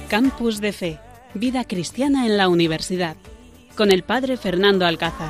Campus de Fe, vida cristiana en la universidad, con el padre Fernando Alcázar.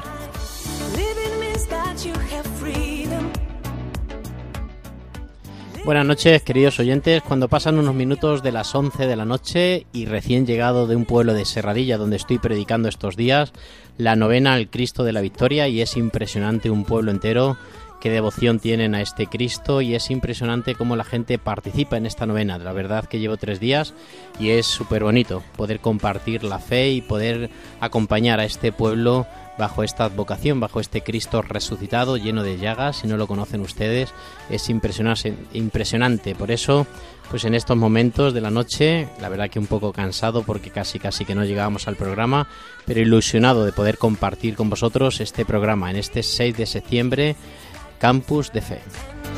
Buenas noches, queridos oyentes. Cuando pasan unos minutos de las 11 de la noche y recién llegado de un pueblo de Serradilla donde estoy predicando estos días, la novena al Cristo de la Victoria, y es impresionante un pueblo entero qué devoción tienen a este Cristo, y es impresionante cómo la gente participa en esta novena. La verdad que llevo 3 días y es súper bonito poder compartir la fe y poder acompañar a este pueblo bajo esta advocación, bajo este Cristo resucitado lleno de llagas. Si no lo conocen ustedes, es impresionante. Por eso, pues en estos momentos de la noche, la verdad que un poco cansado porque casi que no llegábamos al programa, pero ilusionado de poder compartir con vosotros este programa en este 6 de septiembre, Campus de Fe.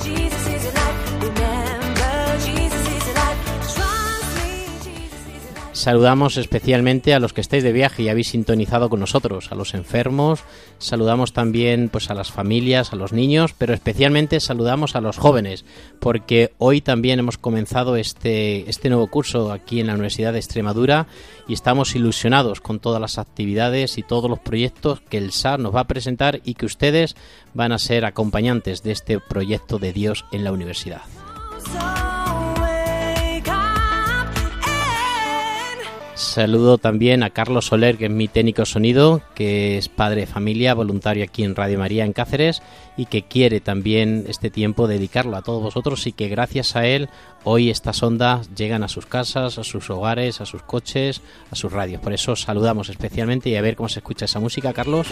Saludamos especialmente a los que estáis de viaje y habéis sintonizado con nosotros, a los enfermos, saludamos también pues a las familias, a los niños, pero especialmente saludamos a los jóvenes, porque hoy también hemos comenzado este nuevo curso aquí en la Universidad de Extremadura y estamos ilusionados con todas las actividades y todos los proyectos que el SAR nos va a presentar y que ustedes van a ser acompañantes de este proyecto de Dios en la universidad. Saludo también a Carlos Soler, que es mi técnico sonido, que es padre de familia, voluntario aquí en Radio María en Cáceres, y que quiere también este tiempo dedicarlo a todos vosotros, y que gracias a él hoy estas ondas llegan a sus casas, a sus hogares, a sus coches, a sus radios. Por eso saludamos especialmente, y a ver cómo se escucha esa música, Carlos.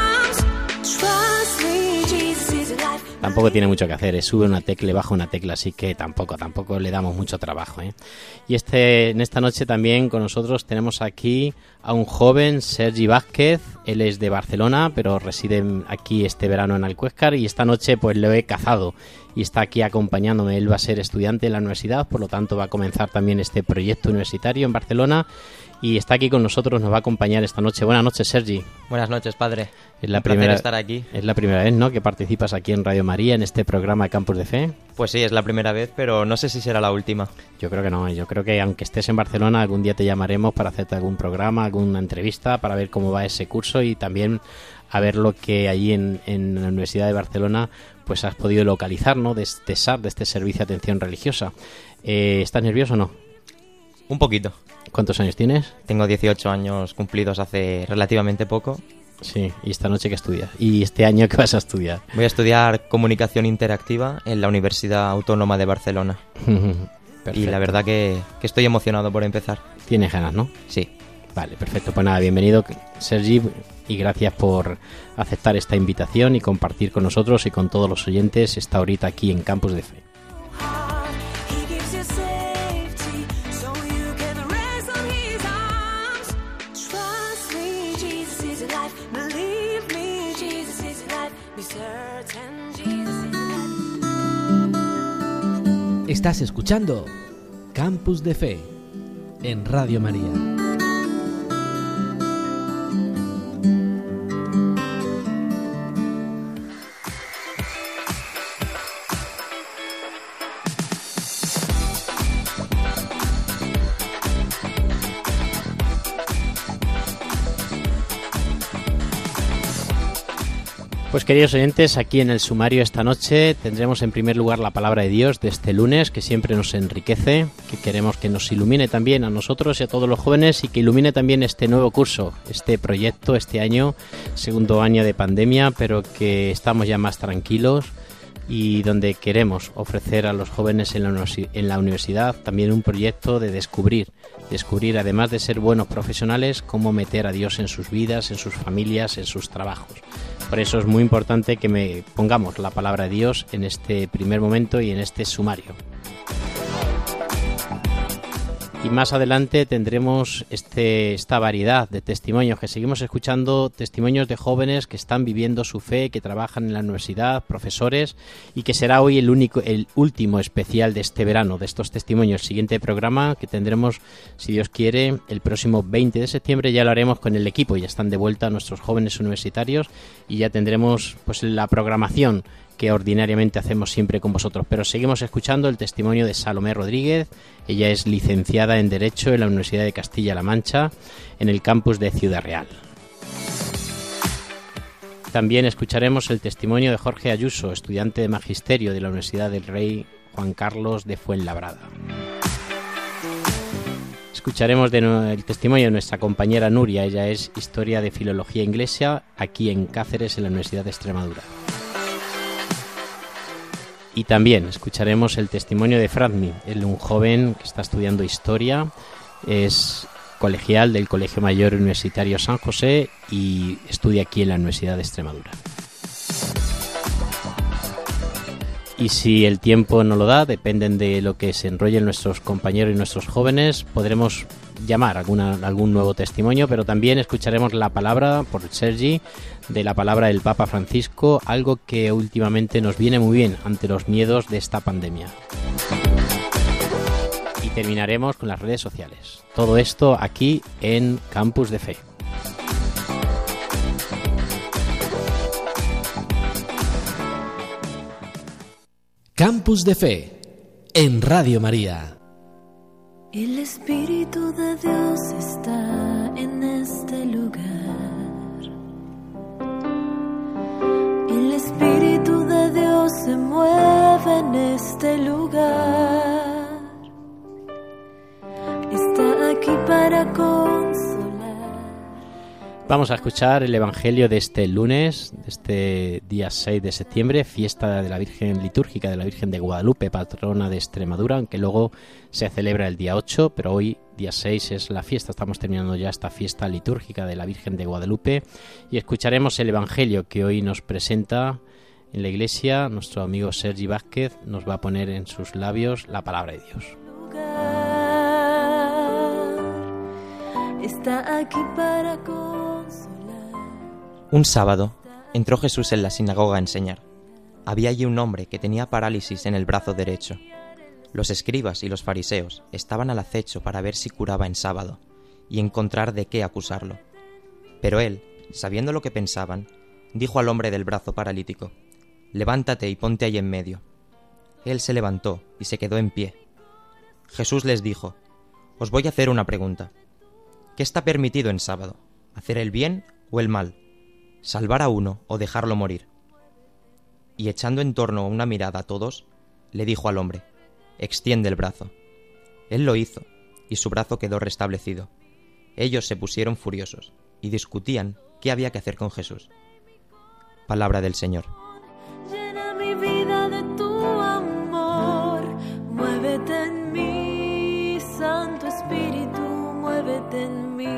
Tampoco tiene mucho que hacer, sube una tecla y baja una tecla, así que tampoco le damos mucho trabajo, ¿eh? Y en esta noche también con nosotros tenemos aquí a un joven, Sergi Vázquez. Él es de Barcelona, pero reside aquí este verano en Alcuéscar, y esta noche pues lo he cazado y está aquí acompañándome. Él va a ser estudiante en la universidad, por lo tanto va a comenzar también este proyecto universitario en Barcelona, y está aquí con nosotros, nos va a acompañar esta noche. Buenas noches, Sergi. Buenas noches, padre. Es la Un primera placer estar aquí. Es la primera vez, ¿no?, que participas aquí en Radio María en este programa de Campus de Fe. Pues sí, es la primera vez, pero no sé si será la última. Yo creo que no. Yo creo que aunque estés en Barcelona, algún día te llamaremos para hacerte algún programa, alguna entrevista, para ver cómo va ese curso y también a ver lo que allí en la Universidad de Barcelona pues has podido localizar, ¿no?, de este SAR, de este Servicio de Atención Religiosa. ¿Estás nervioso o no? Un poquito. ¿Cuántos años tienes? Tengo 18 años cumplidos hace relativamente poco. Sí, ¿y esta noche qué estudias? ¿Y este año qué vas a estudiar? Voy a estudiar Comunicación Interactiva en la Universidad Autónoma de Barcelona. Y la verdad que estoy emocionado por empezar. ¿Tienes ganas, no? Sí. Vale, perfecto. Pues nada, bienvenido, Sergi, y gracias por aceptar esta invitación y compartir con nosotros y con todos los oyentes esta horita aquí en Campus de Fe. Estás escuchando Campus de Fe en Radio María. Pues queridos oyentes, aquí en el sumario esta noche tendremos en primer lugar la palabra de Dios de este lunes, que siempre nos enriquece, que queremos que nos ilumine también a nosotros y a todos los jóvenes, y que ilumine también este nuevo curso, este proyecto, este año, segundo año de pandemia, pero que estamos ya más tranquilos y donde queremos ofrecer a los jóvenes en la universidad también un proyecto de descubrir, además de ser buenos profesionales, cómo meter a Dios en sus vidas, en sus familias, en sus trabajos. Por eso es muy importante que pongamos la palabra de Dios en este primer momento y en este sumario. Y más adelante tendremos esta variedad de testimonios, que seguimos escuchando testimonios de jóvenes que están viviendo su fe, que trabajan en la universidad, profesores, y que será hoy el último especial de este verano, de estos testimonios. El siguiente programa que tendremos, si Dios quiere, el próximo 20 de septiembre, ya lo haremos con el equipo, ya están de vuelta nuestros jóvenes universitarios y ya tendremos pues la programación que ordinariamente hacemos siempre con vosotros, pero seguimos escuchando el testimonio de Salomé Rodríguez. Ella es licenciada en Derecho en la Universidad de Castilla-La Mancha, en el campus de Ciudad Real. También escucharemos el testimonio de Jorge Ayuso, estudiante de Magisterio de la Universidad del Rey Juan Carlos de Fuenlabrada. Escucharemos el testimonio de nuestra compañera Nuria. Ella es Historia de Filología Inglesa aquí en Cáceres, en la Universidad de Extremadura. Y también escucharemos el testimonio de Fradmi, un joven que está estudiando Historia, es colegial del Colegio Mayor Universitario San José y estudia aquí en la Universidad de Extremadura. Y si el tiempo no lo da, dependen de lo que se enrollen nuestros compañeros y nuestros jóvenes, podremos llamar algún nuevo testimonio, pero también escucharemos la palabra por Sergi, de la palabra del Papa Francisco, algo que últimamente nos viene muy bien ante los miedos de esta pandemia. Y terminaremos con las redes sociales. Todo esto aquí en Campus de Fe. Campus de Fe en Radio María. El Espíritu de Dios está en este lugar. El Espíritu de Dios se mueve en este lugar. Está aquí para consolar. Vamos a escuchar el Evangelio de este lunes, de este día 6 de septiembre, fiesta de la Virgen litúrgica de la Virgen de Guadalupe, patrona de Extremadura, aunque luego se celebra el día 8, pero hoy, día 6, es la fiesta. Estamos terminando ya esta fiesta litúrgica de la Virgen de Guadalupe y escucharemos el Evangelio que hoy nos presenta en la iglesia. Nuestro amigo Sergi Vázquez nos va a poner en sus labios la palabra de Dios. Está aquí para consolar. Un sábado entró Jesús en la sinagoga a enseñar. Había allí un hombre que tenía parálisis en el brazo derecho. Los escribas y los fariseos estaban al acecho para ver si curaba en sábado y encontrar de qué acusarlo. Pero él, sabiendo lo que pensaban, dijo al hombre del brazo paralítico: «Levántate y ponte ahí en medio». Él se levantó y se quedó en pie. Jesús les dijo: «Os voy a hacer una pregunta. ¿Qué está permitido en sábado? ¿Hacer el bien o el mal? ¿Salvar a uno o dejarlo morir?» Y echando en torno una mirada a todos, le dijo al hombre: «Extiende el brazo». Él lo hizo, y su brazo quedó restablecido. Ellos se pusieron furiosos, y discutían qué había que hacer con Jesús. Palabra del Señor. Llena mi vida de tu amor, muévete en mí, Santo Espíritu, muévete en mí.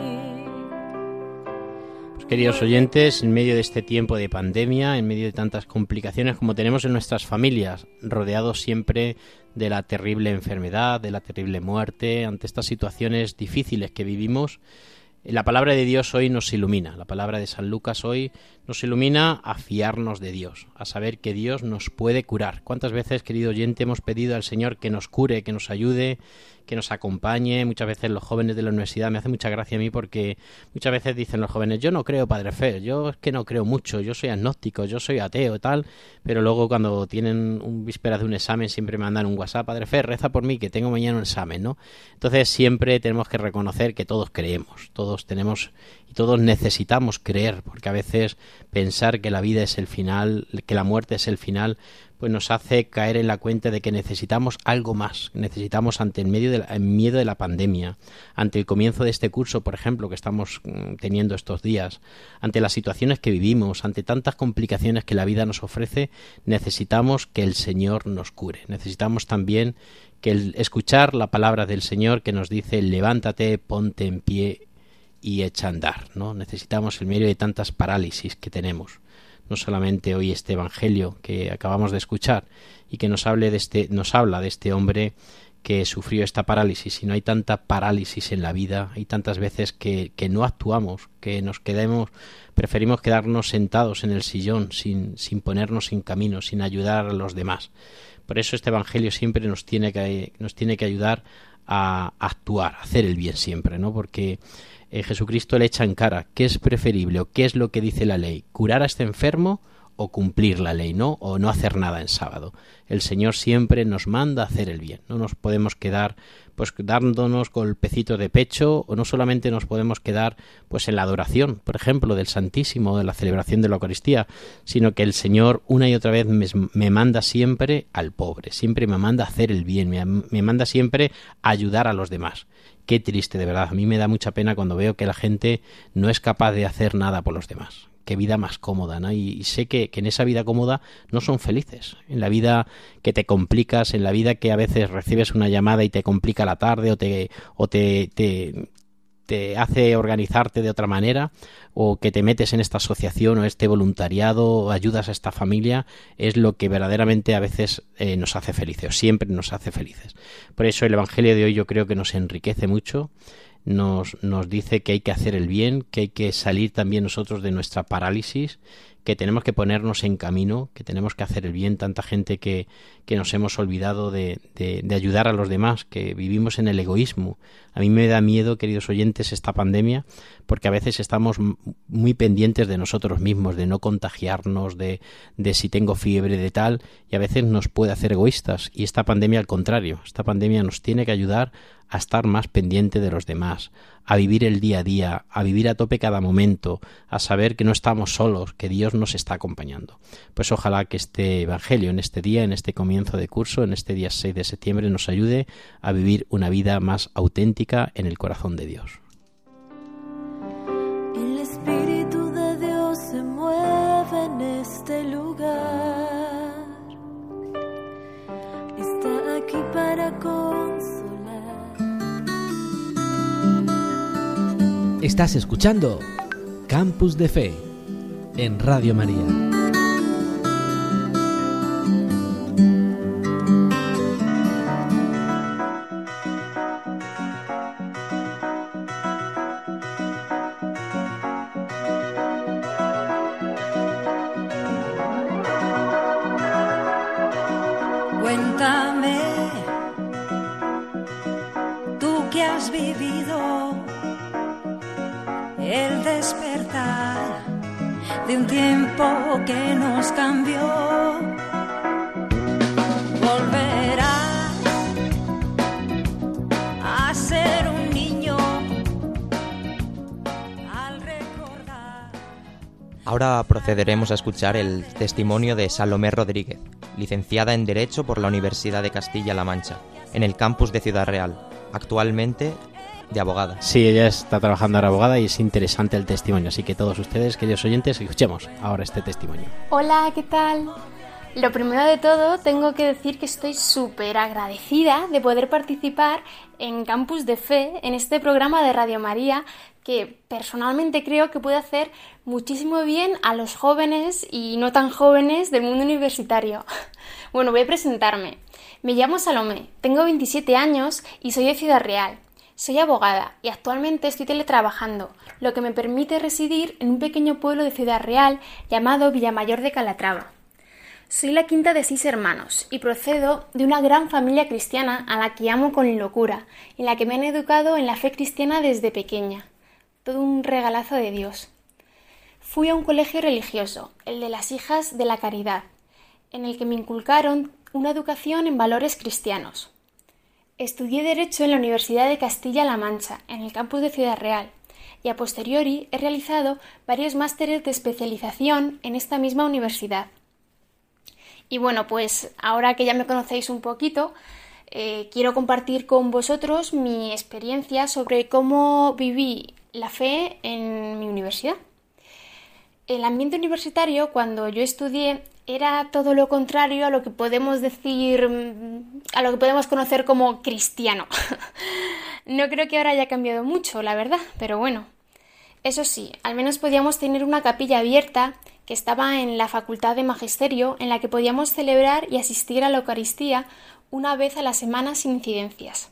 Queridos oyentes, en medio de este tiempo de pandemia, en medio de tantas complicaciones como tenemos en nuestras familias, rodeados siempre de la terrible enfermedad, de la terrible muerte, ante estas situaciones difíciles que vivimos, la palabra de Dios hoy nos ilumina. La palabra de San Lucas hoy nos ilumina a fiarnos de Dios, a saber que Dios nos puede curar. ¿Cuántas veces, querido oyente, hemos pedido al Señor que nos cure, que nos ayude, que nos acompañe? Muchas veces los jóvenes de la universidad, me hace mucha gracia a mí porque muchas veces dicen los jóvenes: yo no creo, Padre Fer, yo es que no creo mucho, yo soy agnóstico, yo soy ateo, tal, pero luego cuando tienen vísperas de un examen siempre me mandan un WhatsApp: Padre Fer, reza por mí que tengo mañana un examen, ¿no? Entonces siempre tenemos que reconocer que todos creemos, todos tenemos y todos necesitamos creer, porque a veces pensar que la vida es el final, que la muerte es el final, pues nos hace caer en la cuenta de que necesitamos algo más. Necesitamos, ante el miedo de la pandemia, ante el comienzo de este curso, por ejemplo, que estamos teniendo estos días, ante las situaciones que vivimos, ante tantas complicaciones que la vida nos ofrece, necesitamos que el Señor nos cure. Necesitamos también que escuchar la palabra del Señor que nos dice: levántate, ponte en pie y echa a andar, ¿no? Necesitamos, en medio de tantas parálisis que tenemos, no solamente hoy este Evangelio que acabamos de escuchar y que nos habla de este hombre que sufrió esta parálisis, sino hay tanta parálisis en la vida, hay tantas veces que no actuamos, que preferimos quedarnos sentados en el sillón sin ponernos en camino, sin ayudar a los demás. Por eso este Evangelio siempre nos tiene que ayudar a actuar, a hacer el bien siempre, ¿no? Porque Jesucristo le echa en cara: ¿qué es preferible o qué es lo que dice la ley? ¿Curar a este enfermo o cumplir la ley, ¿no? O no hacer nada en sábado. El Señor siempre nos manda a hacer el bien. No nos podemos quedar pues dándonos golpecitos de pecho, o no solamente nos podemos quedar pues en la adoración, por ejemplo, del Santísimo, de la celebración de la Eucaristía, sino que el Señor una y otra vez me manda siempre al pobre, siempre me manda a hacer el bien, me manda siempre a ayudar a los demás. Qué triste, de verdad. A mí me da mucha pena cuando veo que la gente no es capaz de hacer nada por los demás. Qué vida más cómoda, ¿no? Y sé que en esa vida cómoda no son felices. En la vida que te complicas, en la vida que a veces recibes una llamada y te complica la tarde o te hace organizarte de otra manera, o que te metes en esta asociación o este voluntariado o ayudas a esta familia, es lo que verdaderamente a veces nos hace felices, o siempre nos hace felices. Por eso el Evangelio de hoy yo creo que nos enriquece mucho. Nos dice que hay que hacer el bien, que hay que salir también nosotros de nuestra parálisis, que tenemos que ponernos en camino, que tenemos que hacer el bien. Tanta gente que nos hemos olvidado de ayudar a los demás, que vivimos en el egoísmo. A mí me da miedo, queridos oyentes, esta pandemia, porque a veces estamos muy pendientes de nosotros mismos, de no contagiarnos, de si tengo fiebre, de tal, y a veces nos puede hacer egoístas. Y esta pandemia, al contrario, esta pandemia nos tiene que ayudar a estar más pendiente de los demás, a vivir el día a día, a vivir a tope cada momento, a saber que no estamos solos, que Dios nos está acompañando. Pues ojalá que este Evangelio en este día, en este comienzo de curso, en este día 6 de septiembre, nos ayude a vivir una vida más auténtica en el corazón de Dios. El Espíritu de Dios se mueve en este lugar. Está aquí para consolar. Estás escuchando Campus de Fe en Radio María. Cuéntame, tú que has vivido el despertar de un tiempo que nos cambió. Volverá a ser un niño al recordar. Ahora procederemos a escuchar el testimonio de Salomé Rodríguez, licenciada en Derecho por la Universidad de Castilla-La Mancha, en el campus de Ciudad Real, actualmente de abogada. Sí, ella está trabajando ahora abogada y es interesante el testimonio, así que todos ustedes, queridos oyentes, escuchemos ahora este testimonio. Hola, ¿qué tal? Lo primero de todo, tengo que decir que estoy súper agradecida de poder participar en Campus de Fe, en este programa de Radio María, que personalmente creo que puede hacer muchísimo bien a los jóvenes y no tan jóvenes del mundo universitario. Bueno, voy a presentarme. Me llamo Salomé, tengo 27 años y soy de Ciudad Real. Soy abogada y actualmente estoy teletrabajando, lo que me permite residir en un pequeño pueblo de Ciudad Real llamado Villamayor de Calatrava. Soy la quinta de 6 hermanos y procedo de una gran familia cristiana a la que amo con locura, en la que me han educado en la fe cristiana desde pequeña. Todo un regalazo de Dios. Fui a un colegio religioso, el de las Hijas de la Caridad, en el que me inculcaron una educación en valores cristianos. Estudié Derecho en la Universidad de Castilla-La Mancha, en el campus de Ciudad Real, y a posteriori he realizado varios másteres de especialización en esta misma universidad. Y bueno, pues ahora que ya me conocéis un poquito, quiero compartir con vosotros mi experiencia sobre cómo viví la fe en mi universidad. El ambiente universitario, cuando yo estudié, era todo lo contrario a lo que podemos decir, a lo que podemos conocer como cristiano. No creo que ahora haya cambiado mucho, la verdad, pero bueno. Eso sí, al menos podíamos tener una capilla abierta que estaba en la Facultad de Magisterio, en la que podíamos celebrar y asistir a la Eucaristía una vez a la semana sin incidencias.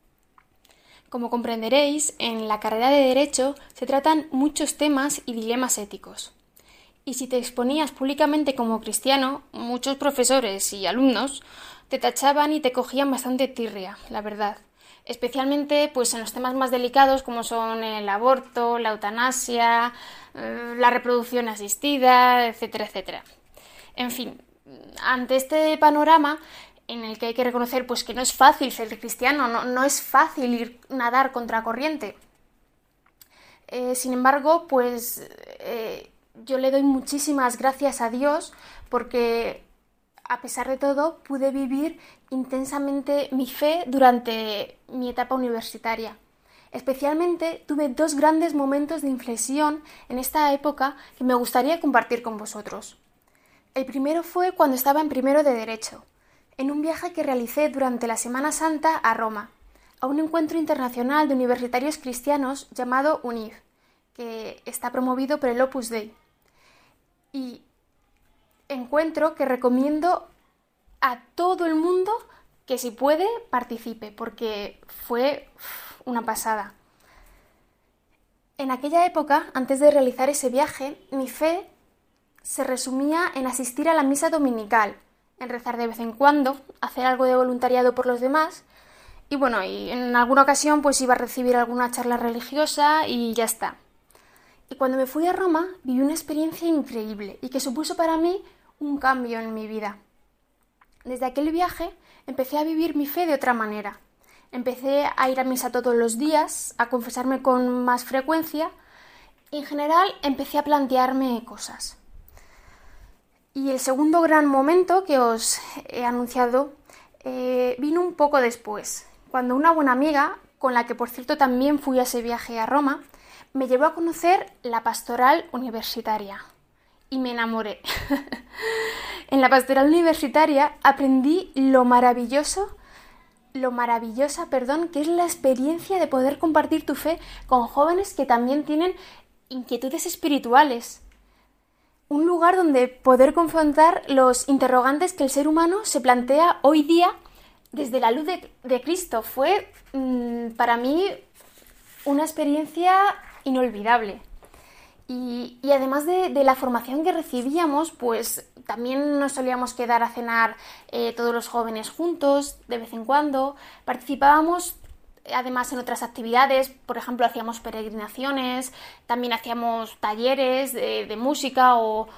Como comprenderéis, en la carrera de Derecho se tratan muchos temas y dilemas éticos. Y si te exponías públicamente como cristiano, muchos profesores y alumnos te tachaban y te cogían bastante tirria, la verdad. Especialmente pues en los temas más delicados como son el aborto, la eutanasia, la reproducción asistida, etcétera, etcétera. En fin, ante este panorama en el que hay que reconocer pues que no es fácil ser cristiano, no es fácil nadar contracorriente. Sin embargo, pues yo le doy muchísimas gracias a Dios porque a pesar de todo pude vivir intensamente mi fe durante mi etapa universitaria. Especialmente tuve 2 grandes momentos de inflexión en esta época que me gustaría compartir con vosotros. El primero fue cuando estaba en primero de Derecho, en un viaje que realicé durante la Semana Santa a Roma, a un encuentro internacional de universitarios cristianos llamado UNIF, que está promovido por el Opus Dei. Y encuentro que recomiendo a todo el mundo que si puede participe, porque fue una pasada. En aquella época, antes de realizar ese viaje, mi fe se resumía en asistir a la misa dominical, en rezar de vez en cuando, hacer algo de voluntariado por los demás y bueno, y en alguna ocasión pues iba a recibir alguna charla religiosa y ya está. Y cuando me fui a Roma viví una experiencia increíble y que supuso para mí un cambio en mi vida. Desde aquel viaje empecé a vivir mi fe de otra manera. Empecé a ir a misa todos los días, a confesarme con más frecuencia y en general empecé a plantearme cosas. Y el segundo gran momento que os he anunciado vino un poco después, cuando una buena amiga, con la que por cierto también fui a ese viaje a Roma, me llevó a conocer la pastoral universitaria y me enamoré. En la pastoral universitaria aprendí lo maravillosa que es la experiencia de poder compartir tu fe con jóvenes que también tienen inquietudes espirituales. Un lugar donde poder confrontar los interrogantes que el ser humano se plantea hoy día desde la luz de Cristo. Fue para mí una experiencia inolvidable. Y además de la formación que recibíamos, pues también nos solíamos quedar a cenar todos los jóvenes juntos, de vez en cuando. Participábamos además en otras actividades, por ejemplo hacíamos peregrinaciones, también hacíamos talleres de música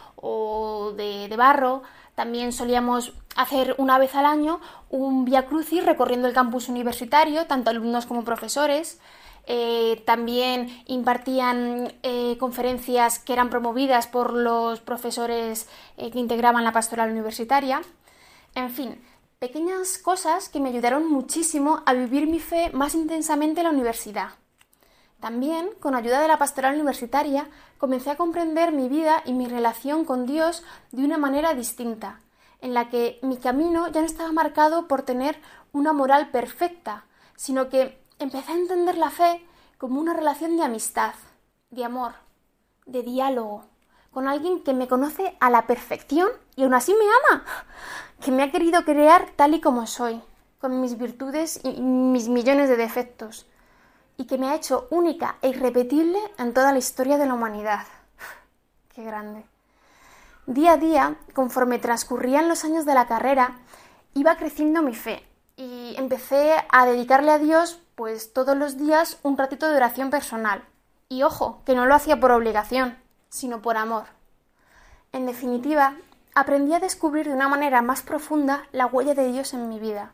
o de barro. También solíamos hacer una vez al año un Vía Crucis recorriendo el campus universitario, tanto alumnos como profesores. También impartían conferencias que eran promovidas por los profesores que integraban la pastoral universitaria. En fin, pequeñas cosas que me ayudaron muchísimo a vivir mi fe más intensamente en la universidad. También, con ayuda de la pastoral universitaria, comencé a comprender mi vida y mi relación con Dios de una manera distinta, en la que mi camino ya no estaba marcado por tener una moral perfecta, sino que empecé a entender la fe como una relación de amistad, de amor, de diálogo, con alguien que me conoce a la perfección y aún así me ama, que me ha querido crear tal y como soy, con mis virtudes y mis millones de defectos, y que me ha hecho única e irrepetible en toda la historia de la humanidad. ¡Qué grande! Día a día, conforme transcurrían los años de la carrera, iba creciendo mi fe y empecé a dedicarle a Dios pues todos los días un ratito de oración personal. Y ojo, que no lo hacía por obligación, sino por amor. En definitiva, aprendí a descubrir de una manera más profunda la huella de Dios en mi vida.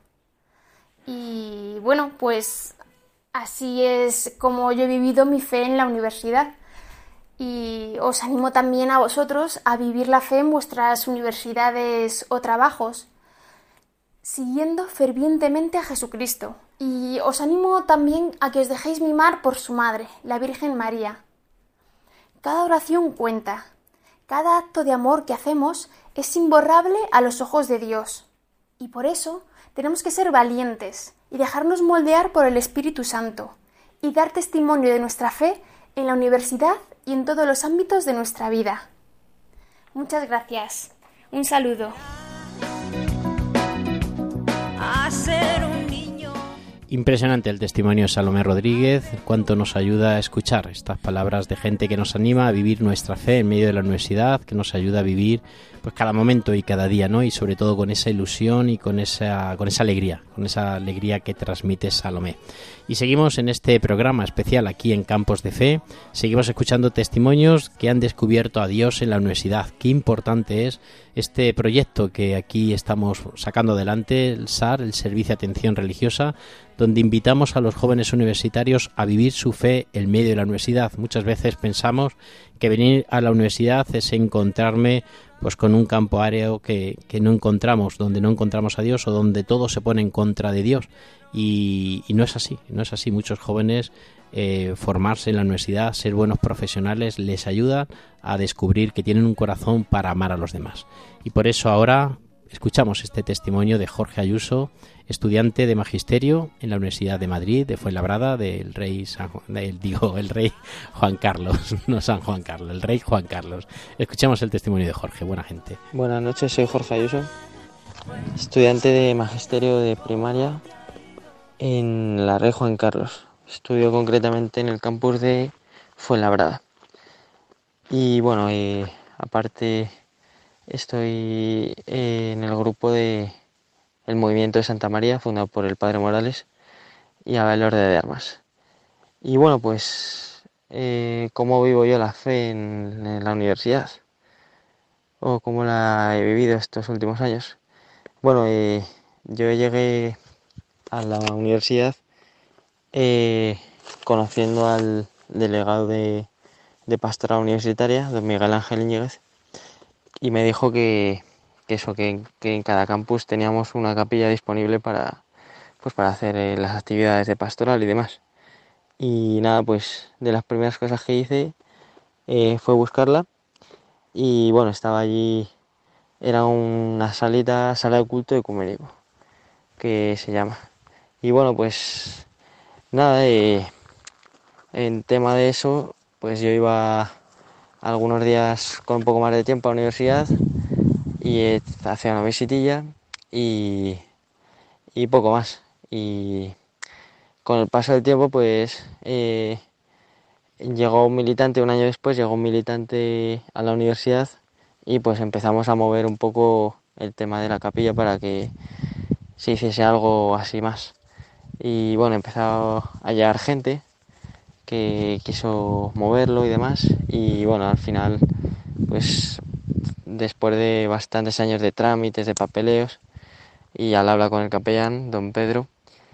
Y bueno, pues así es como yo he vivido mi fe en la universidad. Y os animo también a vosotros a vivir la fe en vuestras universidades o trabajos, siguiendo fervientemente a Jesucristo. Y os animo también a que os dejéis mimar por su madre, la Virgen María. Cada oración cuenta, cada acto de amor que hacemos es imborrable a los ojos de Dios. Y por eso tenemos que ser valientes y dejarnos moldear por el Espíritu Santo y dar testimonio de nuestra fe en la universidad y en todos los ámbitos de nuestra vida. Muchas gracias. Un saludo. Impresionante el testimonio de Salomé Rodríguez, cuánto nos ayuda a escuchar estas palabras de gente que nos anima a vivir nuestra fe en medio de la universidad, que nos ayuda a vivir pues cada momento y cada día, ¿no? Y sobre todo con esa ilusión y con esa alegría que transmite Salomé. Y seguimos en este programa especial aquí en Campos de Fe, seguimos escuchando testimonios que han descubierto a Dios en la universidad. Qué importante es este proyecto que aquí estamos sacando adelante, el SAR, el Servicio de Atención Religiosa, donde invitamos a los jóvenes universitarios a vivir su fe en medio de la universidad. Muchas veces pensamos que venir a la universidad es encontrarme pues con un campo árido que no encontramos, donde no encontramos a Dios o donde todo se pone en contra de Dios. Y no es así, no es así. Muchos jóvenes formarse en la universidad, ser buenos profesionales, les ayuda a descubrir que tienen un corazón para amar a los demás. Y por eso ahora escuchamos este testimonio de Jorge Ayuso, estudiante de Magisterio en la Universidad de Madrid, de Fuenlabrada, del rey el rey Juan Carlos, no San Juan Carlos, el rey Juan Carlos. Escuchamos el testimonio de Jorge, buena gente. Buenas noches, soy Jorge Ayuso, estudiante de Magisterio de Primaria en la Rey Juan Carlos. Estudio concretamente en el campus de Fuenlabrada. Y bueno, aparte estoy en el grupo de el Movimiento de Santa María, fundado por el Padre Morales y Abel Orde de Armas. Y bueno, pues, ¿cómo vivo yo la fe en la universidad? ¿O cómo la he vivido estos últimos años? Bueno, yo llegué a la universidad conociendo al delegado de Pastoral Universitaria, don Miguel Ángel Íñiguez, y me dijo que en cada campus teníamos una capilla disponible para hacer las actividades de pastoral y demás. Y nada, pues de las primeras cosas que hice fue buscarla. Y bueno, estaba allí, era una sala de culto ecuménico, que se llama. Y bueno, pues nada, en tema de eso, pues yo iba algunos días con un poco más de tiempo a la universidad y hacía una visitilla y poco más. Y con el paso del tiempo, pues llegó un militante, un año después llegó un militante a la universidad y pues empezamos a mover un poco el tema de la capilla para que se hiciese algo así más. Y bueno, empezó a llegar gente que quiso moverlo y demás, y bueno, al final, pues después de bastantes años de trámites, de papeleos, y al hablar con el capellán, don Pedro,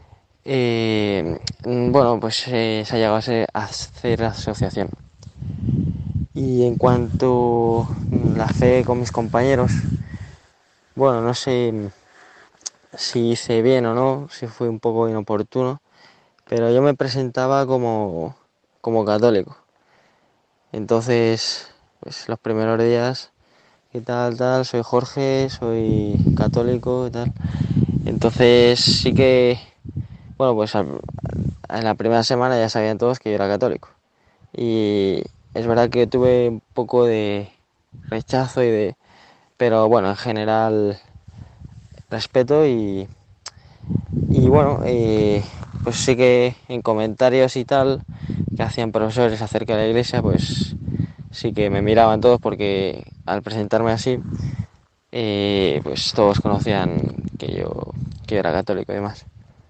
bueno, pues se ha llegado a hacer asociación. Y en cuanto a la fe con mis compañeros, bueno, no sé si hice bien o no, si fue un poco inoportuno, pero yo me presentaba como católico. Entonces, pues los primeros días, ¿qué tal? Soy Jorge, soy católico y tal. Entonces sí que, bueno, pues en la primera semana ya sabían todos que yo era católico. Y es verdad que tuve un poco de rechazo pero bueno, en general respeto y bueno, pues sí que en comentarios y tal que hacían profesores acerca de la iglesia, pues sí que me miraban todos porque al presentarme así, pues todos conocían que yo era católico y demás.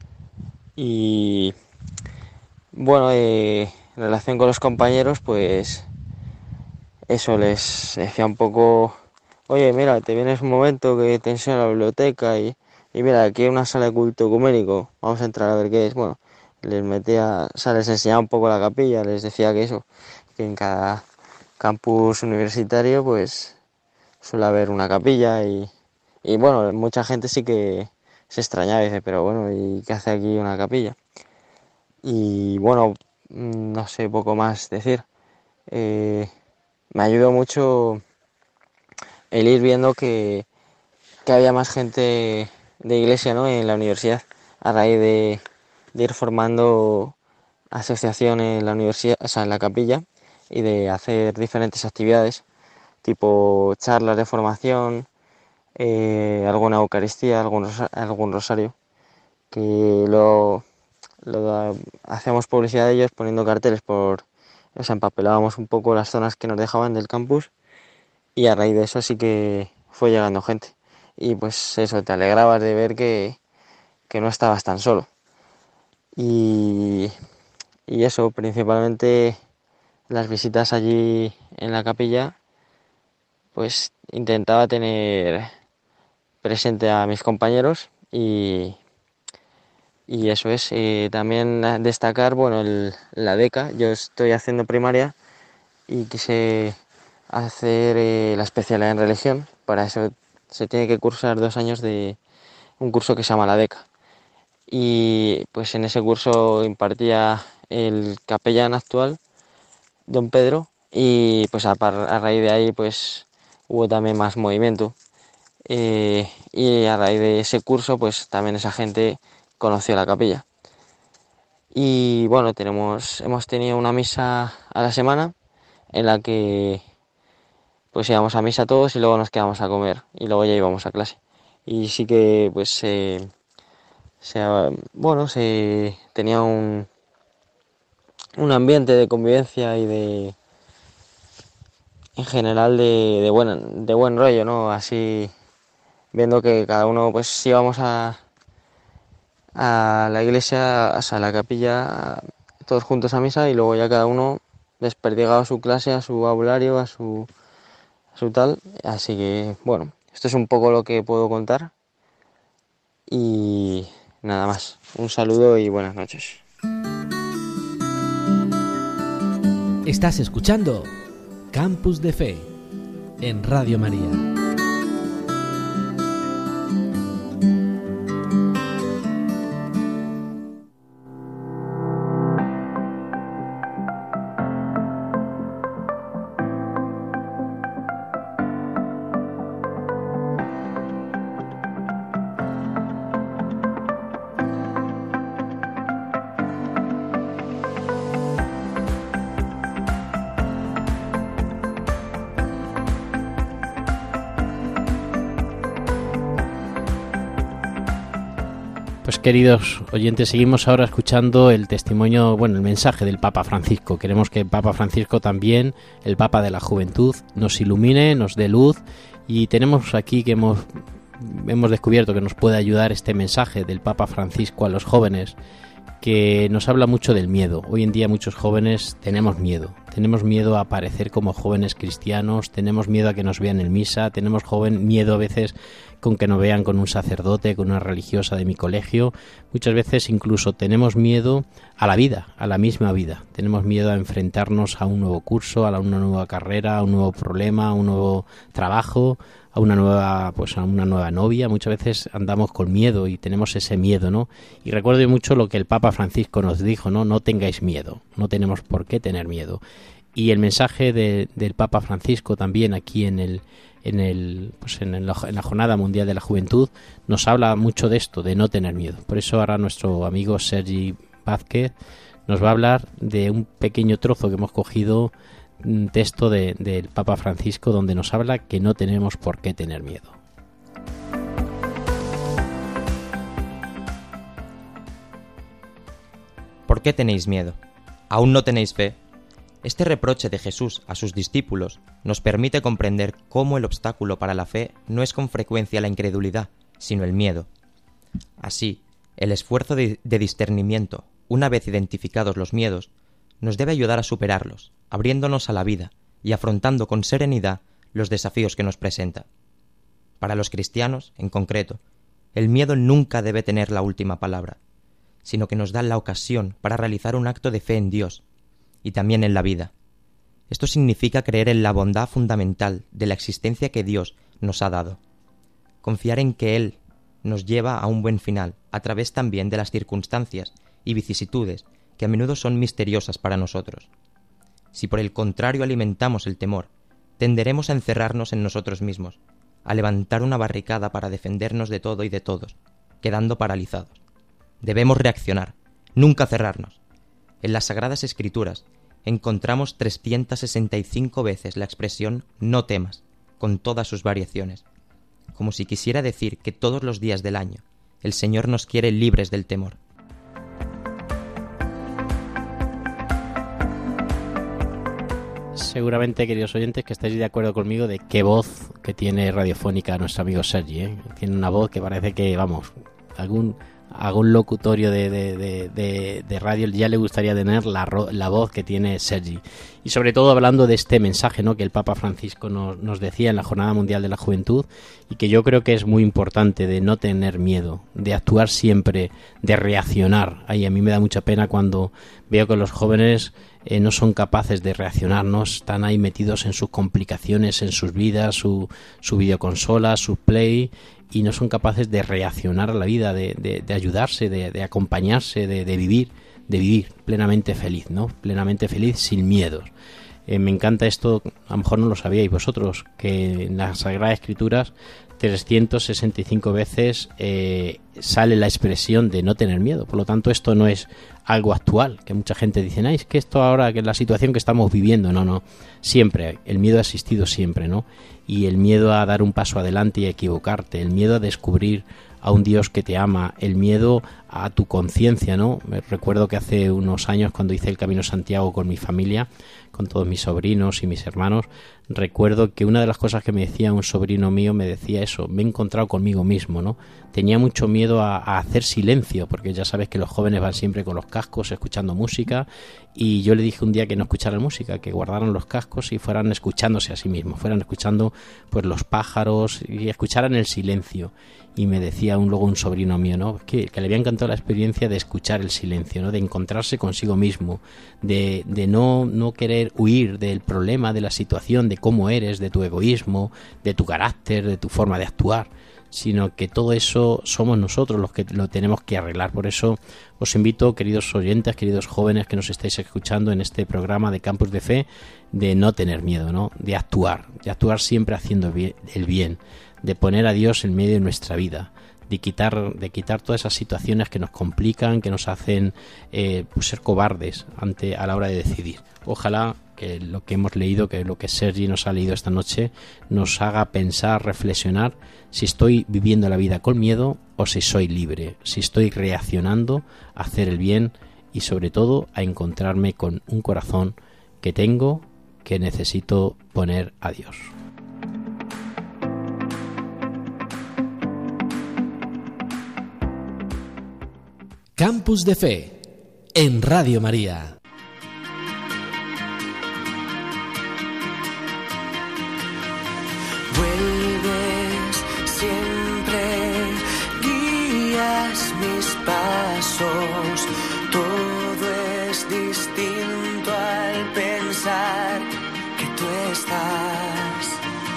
Y bueno, en relación con los compañeros, pues eso, les decía un poco, oye, mira, te vienes un momento que te enseño la biblioteca y mira, aquí hay una sala de culto ecuménico, vamos a entrar a ver qué es. Bueno, les enseñaba un poco la capilla, les decía que en cada campus universitario pues suele haber una capilla y bueno, mucha gente sí que se extrañaba y dice, pero bueno, ¿y qué hace aquí una capilla? Y bueno, no sé, poco más decir. Me ayudó mucho el ir viendo que había más gente de iglesia, ¿no?, en la universidad, a raíz de ir formando asociaciones en la universidad, o sea, en la capilla, y de hacer diferentes actividades, tipo charlas de formación, alguna Eucaristía, algún rosario, que lo hacíamos publicidad de ellos poniendo carteles empapelábamos un poco las zonas que nos dejaban del campus, y a raíz de eso sí que fue llegando gente. Y pues eso, te alegrabas de ver que no estabas tan solo. Y eso, principalmente las visitas allí en la capilla, pues intentaba tener presente a mis compañeros y eso es. También destacar, bueno, la DECA. Yo estoy haciendo primaria y quise hacer la especialidad en religión. Para eso se tiene que cursar 2 años de un curso que se llama la DECA. Y pues en ese curso impartía el capellán actual, don Pedro, y pues a raíz de ahí pues hubo también más movimiento. Y a raíz de ese curso pues también esa gente conoció la capilla. Y bueno, hemos tenido una misa a la semana en la que pues íbamos a misa todos y luego nos quedamos a comer y luego ya íbamos a clase. Y sí que pues se tenía un ambiente de convivencia y en general de buen rollo, ¿no? Así viendo que cada uno pues íbamos a la iglesia, a la capilla, todos juntos a misa y luego ya cada uno desperdigado a su clase, a su aulario, a su tal. Así que bueno, esto es un poco lo que puedo contar y nada más. Un saludo y buenas noches. Estás escuchando Campus de Fe en Radio María. Pues queridos oyentes, seguimos ahora escuchando el testimonio, el mensaje del Papa Francisco. Queremos que el Papa Francisco también, el Papa de la Juventud, nos ilumine, nos dé luz, y tenemos aquí que hemos descubierto que nos puede ayudar este mensaje del Papa Francisco a los jóvenes, que nos habla mucho del miedo. Hoy en día muchos jóvenes tenemos miedo a aparecer como jóvenes cristianos, tenemos miedo a que nos vean en misa, tenemos miedo a veces con que nos vean con un sacerdote, con una religiosa de mi colegio. Muchas veces incluso tenemos miedo a la vida, a la misma vida. Tenemos miedo a enfrentarnos a un nuevo curso, a una nueva carrera, a un nuevo problema, a un nuevo trabajo, a una nueva novia. Muchas veces andamos con miedo y tenemos ese miedo, ¿no? Y recuerdo mucho lo que el Papa Francisco nos dijo, ¿no? No tengáis miedo, no tenemos por qué tener miedo. Y el mensaje del Papa Francisco también aquí en la Jornada Mundial de la Juventud nos habla mucho de esto, de no tener miedo. Por eso ahora nuestro amigo Sergi Vázquez nos va a hablar de un pequeño trozo que hemos cogido, un texto del Papa Francisco, donde nos habla que no tenemos por qué tener miedo. ¿Por qué tenéis miedo? ¿Aún no tenéis fe? Este reproche de Jesús a sus discípulos nos permite comprender cómo el obstáculo para la fe no es con frecuencia la incredulidad, sino el miedo. Así, el esfuerzo de discernimiento, una vez identificados los miedos, nos debe ayudar a superarlos, abriéndonos a la vida y afrontando con serenidad los desafíos que nos presenta. Para los cristianos, en concreto, el miedo nunca debe tener la última palabra, sino que nos da la ocasión para realizar un acto de fe en Dios y también en la vida. Esto significa creer en la bondad fundamental de la existencia que Dios nos ha dado, confiar en que Él nos lleva a un buen final a través también de las circunstancias y vicisitudes que a menudo son misteriosas para nosotros. Si por el contrario alimentamos el temor, tenderemos a encerrarnos en nosotros mismos, a levantar una barricada para defendernos de todo y de todos, quedando paralizados. Debemos reaccionar, nunca cerrarnos. En las Sagradas Escrituras encontramos 365 veces la expresión «no temas», con todas sus variaciones, como si quisiera decir que todos los días del año el Señor nos quiere libres del temor. seguramente, queridos oyentes, que estáis de acuerdo conmigo de qué voz que tiene radiofónica nuestro amigo Sergi, ¿eh? Tiene una voz que parece que, vamos, algún locutorio de radio ya le gustaría tener la voz que tiene Sergi. Y sobre todo hablando de este mensaje, ¿no?, que el Papa Francisco nos decía en la Jornada Mundial de la Juventud, y que yo creo que es muy importante, de no tener miedo, de actuar siempre, de reaccionar. Ay, a mí me da mucha pena cuando veo que los jóvenes no son capaces de reaccionar, ¿no? Están ahí metidos en sus complicaciones, en sus vidas, su videoconsola, su play, y no son capaces de reaccionar a la vida, de ayudarse, de acompañarse, de vivir plenamente feliz, ¿no? Plenamente feliz, sin miedos. Me encanta esto, a lo mejor no lo sabíais vosotros, que en las Sagradas Escrituras 365 veces sale la expresión de no tener miedo. Por lo tanto, esto no es algo actual, que mucha gente dice, es que esto ahora, que es la situación que estamos viviendo. No, siempre, el miedo ha existido siempre, ¿no? Y el miedo a dar un paso adelante y a equivocarte, el miedo a descubrir a un Dios que te ama, el miedo a tu conciencia, ¿no? Me recuerdo que hace unos años, cuando hice el Camino de Santiago con mi familia, con todos mis sobrinos y mis hermanos, recuerdo que una de las cosas que me decía un sobrino mío, me decía eso, me he encontrado conmigo mismo, ¿no? Tenía mucho miedo a hacer silencio, porque ya sabes que los jóvenes van siempre con los cascos escuchando música, y yo le dije un día que no escucharan música, que guardaran los cascos y fueran escuchándose a sí mismos, fueran escuchando pues los pájaros y escucharan el silencio. Y me decía luego un sobrino mío, ¿no?, que le había encantado la experiencia de escuchar el silencio, ¿no?, de encontrarse consigo mismo, de no querer huir del problema, de la situación, de cómo eres, de tu egoísmo, de tu carácter, de tu forma de actuar, sino que todo eso somos nosotros los que lo tenemos que arreglar. Por eso os invito, queridos oyentes, queridos jóvenes que nos estáis escuchando en este programa de Campus de Fe, de no tener miedo, ¿no?, de actuar siempre haciendo el bien, de poner a Dios en medio de nuestra vida, de quitar todas esas situaciones que nos complican, que nos hacen ser cobardes a la hora de decidir. Ojalá que lo que hemos leído, que lo que Sergi nos ha leído esta noche, nos haga pensar, reflexionar si estoy viviendo la vida con miedo o si soy libre, si estoy reaccionando a hacer el bien y sobre todo a encontrarme con un corazón que tengo, que necesito poner a Dios. Campus de Fe en Radio María. Vuelves siempre, guías mis pasos, todo es distinto al pensar que tú estás.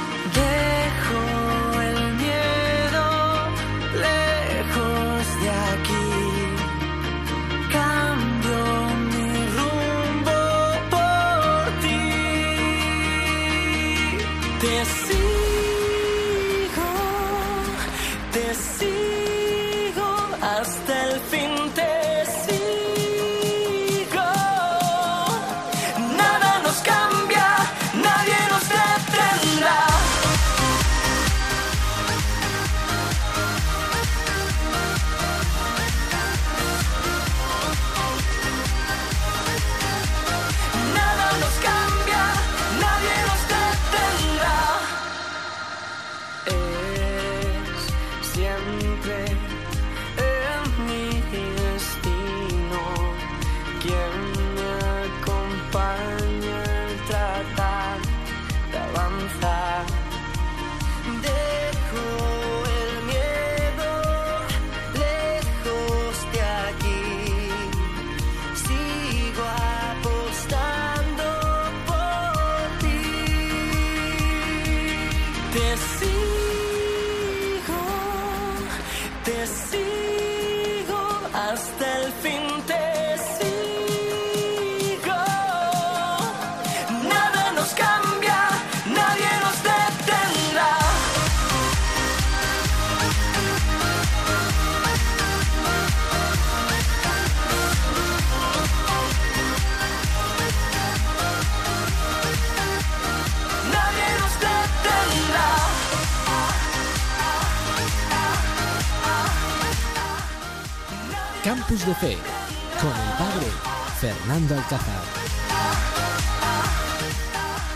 Dejo el miedo lejos de aquí. Te sigo hasta el fin, te sigo. Nada nos cambia, nadie nos detendrá. Nada nos cambia, nadie nos detendrá. Siempre en mi destino, quien me acompaña al tratar de avanzar. Dejo el miedo lejos de aquí, sigo apostando por ti. Te sigo hasta el fin, te sigo. Nada nos cambia, nadie nos detendrá. Nadie nos detendrá. Campus de Fe con el Padre Fernando Alcázar.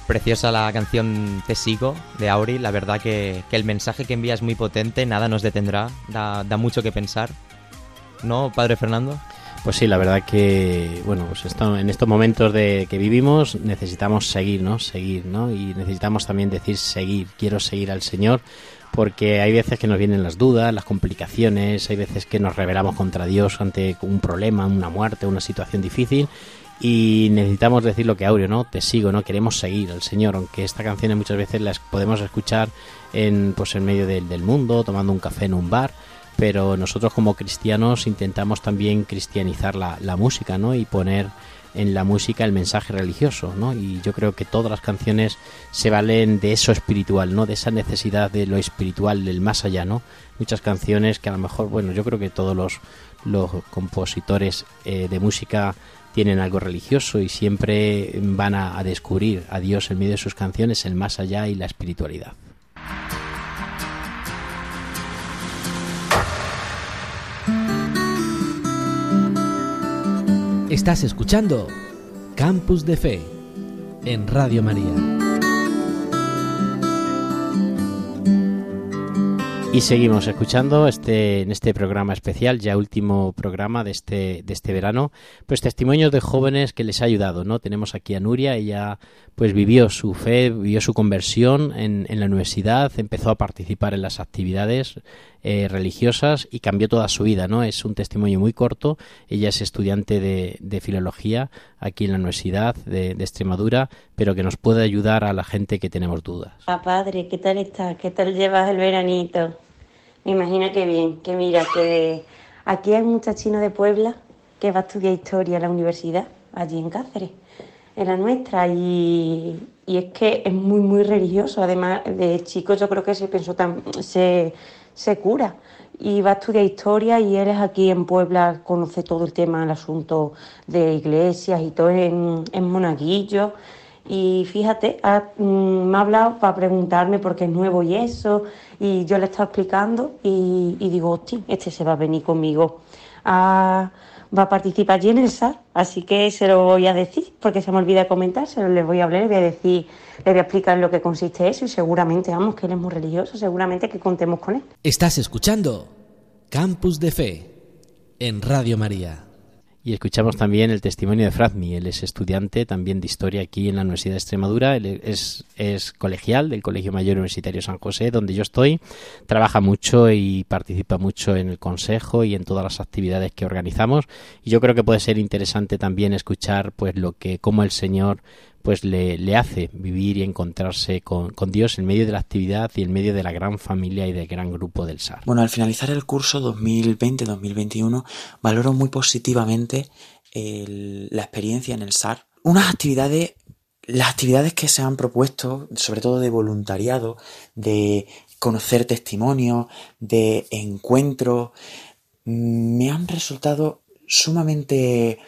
Preciosa la canción Te sigo de Auri, la verdad que el mensaje que envía es muy potente, nada nos detendrá, da mucho que pensar, ¿no, Padre Fernando? Pues sí, la verdad que, bueno, pues en estos momentos que vivimos necesitamos seguir, ¿no? Seguir, ¿no? Y necesitamos también decir seguir, quiero seguir al Señor, porque hay veces que nos vienen las dudas, las complicaciones, hay veces que nos rebelamos contra Dios ante un problema, una muerte, una situación difícil, y necesitamos decir lo que Aureo, ¿no? Te sigo, ¿no? Queremos seguir al Señor, aunque esta canción muchas veces las podemos escuchar en medio del mundo, tomando un café en un bar, pero nosotros como cristianos intentamos también cristianizar la música, ¿no? Y poner en la música el mensaje religioso, ¿no? Y yo creo que todas las canciones se valen de eso espiritual, ¿no? De esa necesidad de lo espiritual, del más allá, ¿no? Muchas canciones que a lo mejor, bueno, yo creo que todos los compositores de música tienen algo religioso y siempre van a descubrir a Dios en medio de sus canciones, el más allá y la espiritualidad. Estás escuchando Campus de Fe en Radio María. Y seguimos escuchando en este programa especial, ya último programa de este verano, pues testimonios de jóvenes que les ha ayudado, ¿no? Tenemos aquí a Nuria, ella pues vivió su fe, vivió su conversión en la universidad, empezó a participar en las actividades religiosas y cambió toda su vida, ¿no? Es un testimonio muy corto. Ella es estudiante de filología aquí en la Universidad de Extremadura, pero que nos puede ayudar a la gente que tenemos dudas. Padre, ¿qué tal estás? ¿Qué tal llevas el veranito? Me imagino que bien, que mira, que aquí hay un muchachino de Puebla que va a estudiar historia en la universidad, allí en Cáceres, en la nuestra, y es que es muy, muy religioso. Además, de chico yo creo que se cura y va a estudiar historia, y él es aquí en Puebla, conoce todo el tema, el asunto de iglesias y todo en Monaguillo. Y fíjate, me ha hablado para preguntarme por qué es nuevo y eso, y yo le he estado explicando y digo, hostia, este se va a venir conmigo, va a participar allí en el SAR, así que se lo voy a decir, porque se me olvida comentar, le voy a hablar, le voy a decir, le voy a explicar en lo que consiste eso, y seguramente, vamos, que él es muy religioso, seguramente que contemos con él. Estás escuchando Campus de Fe en Radio María. Y escuchamos también el testimonio de Frazmi. Él es estudiante también de historia aquí en la Universidad de Extremadura. Él es colegial del Colegio Mayor Universitario San José, donde yo estoy. Trabaja mucho y participa mucho en el consejo y en todas las actividades que organizamos. Y yo creo que puede ser interesante también escuchar pues cómo el Señor pues le hace vivir y encontrarse con Dios en medio de la actividad y en medio de la gran familia y del gran grupo del SAR. Bueno, al finalizar el curso 2020-2021 valoro muy positivamente la experiencia en el SAR. Las actividades que se han propuesto, sobre todo de voluntariado, de conocer testimonios, de encuentros, me han resultado sumamente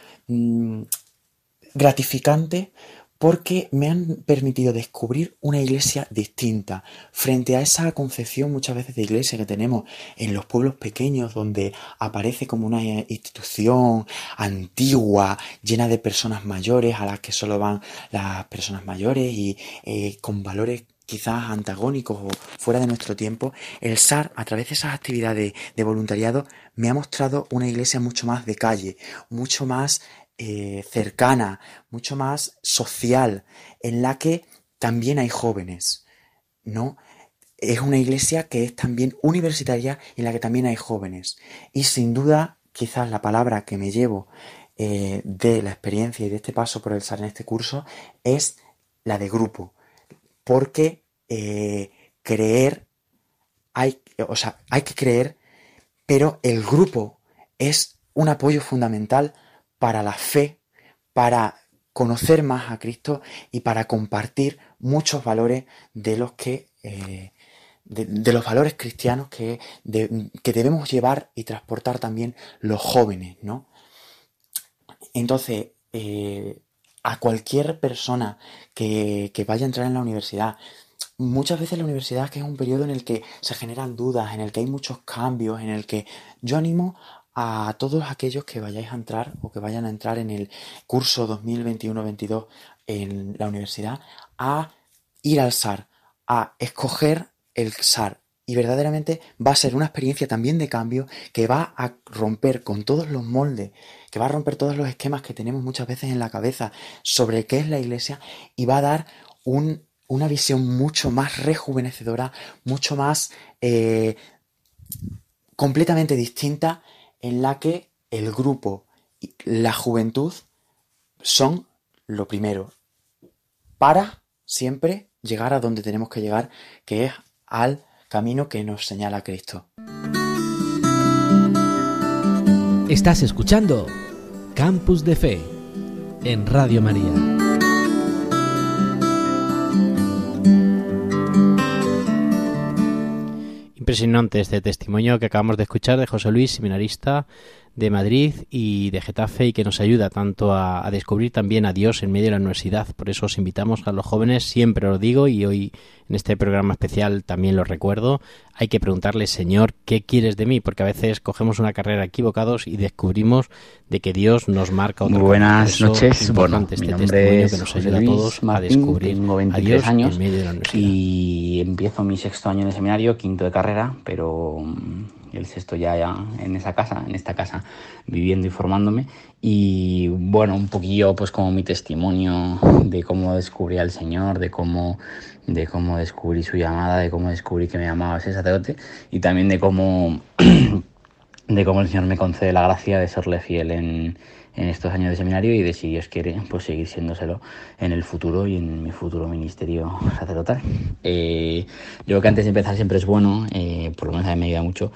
gratificantes, porque me han permitido descubrir una iglesia distinta frente a esa concepción muchas veces de iglesia que tenemos en los pueblos pequeños, donde aparece como una institución antigua, llena de personas mayores, a las que solo van las personas mayores y con valores quizás antagónicos o fuera de nuestro tiempo. El SAR, a través de esas actividades de voluntariado, me ha mostrado una iglesia mucho más de calle, mucho más cercana, mucho más social, en la que también hay jóvenes, ¿no? Es una iglesia que es también universitaria, en la que también hay jóvenes. Y sin duda, quizás la palabra que me llevo de la experiencia y de este paso por el SAR en este curso es la de grupo. Porque hay que creer, pero el grupo es un apoyo fundamental para la fe, para conocer más a Cristo y para compartir muchos valores de los valores cristianos que debemos llevar y transportar también los jóvenes, ¿no? Entonces, a cualquier persona que vaya a entrar en la universidad, muchas veces la universidad, que es un periodo en el que se generan dudas, en el que hay muchos cambios, en el que yo animo a todos aquellos que vayáis a entrar o que vayan a entrar en el curso 2021-22 en la universidad a ir al SAR, a escoger el SAR. Y verdaderamente va a ser una experiencia también de cambio que va a romper con todos los moldes, que va a romper todos los esquemas que tenemos muchas veces en la cabeza sobre qué es la Iglesia y va a dar una visión mucho más rejuvenecedora, mucho más completamente distinta, en la que el grupo y la juventud son lo primero para siempre llegar a donde tenemos que llegar, que es al camino que nos señala Cristo. Estás escuchando Campus de Fe en Radio María. Impresionante este testimonio que acabamos de escuchar de José Luis, seminarista de Madrid y de Getafe, y que nos ayuda tanto a descubrir también a Dios en medio de la universidad. Por eso os invitamos a los jóvenes, siempre lo digo, y hoy en este programa especial también lo recuerdo, hay que preguntarle: Señor, ¿qué quieres de mí? Porque a veces cogemos una carrera equivocados y descubrimos de que Dios nos marca otro. Muy buenas noches. Bueno, mi nombre es José Luis Martín, a descubrir tengo 23 a Dios años en medio de la universidad. Y empiezo mi 6º año de seminario, 5º de carrera, pero el 6º ya en esta casa, viviendo y formándome. Y bueno, un poquillo pues como mi testimonio de cómo descubrí al Señor, de cómo descubrí su llamada, de cómo descubrí que me llamaba ese sacerdote, y también de cómo el Señor me concede la gracia de serle fiel en estos años de seminario, y de, si Dios quiere, pues seguir siéndoselo en el futuro y en mi futuro ministerio sacerdotal. Yo creo que antes de empezar siempre es bueno, por lo menos a mí me ayuda mucho,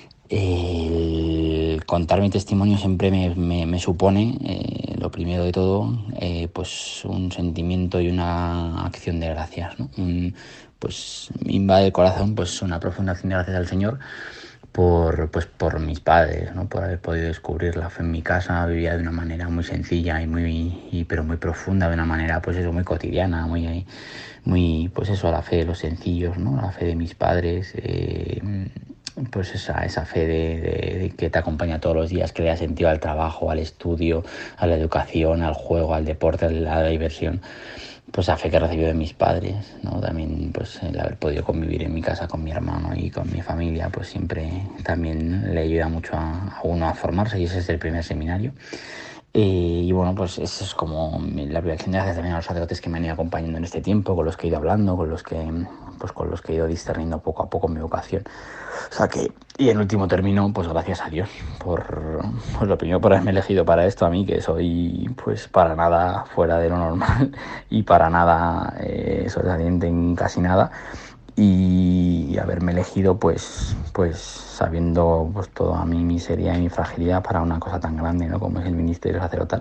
contar mi testimonio. Siempre me supone, lo primero de todo, pues un sentimiento y una acción de gracias, ¿no? Pues me invade el corazón pues una profunda acción de gracias al Señor por mis padres, ¿no? Por haber podido descubrir la fe en mi casa. Vivía de una manera muy sencilla pero muy profunda, de una manera pues eso, muy cotidiana, muy pues eso, la fe de los sencillos, ¿no? La fe de mis padres, pues esa fe de que te acompaña todos los días, que le da sentido al trabajo, al estudio, a la educación, al juego, al deporte, a la diversión. Pues la fe que he recibido de mis padres, ¿no? También pues el haber podido convivir en mi casa con mi hermano y con mi familia, pues siempre también le ayuda mucho a uno a formarse, y ese es el primer seminario. Y bueno, pues eso es como la acción de gracias también a los sacerdotes que me han ido acompañando en este tiempo, con los que he ido hablando, con los que he ido discerniendo poco a poco mi vocación. O sea que, y en último término, pues gracias a Dios por lo primero, por haberme elegido para esto, a mí, que soy pues para nada fuera de lo normal y para nada sobresaliente en casi nada, y haberme elegido pues sabiendo pues toda mi miseria y mi fragilidad para una cosa tan grande, ¿no? Como es el ministerio sacerdotal.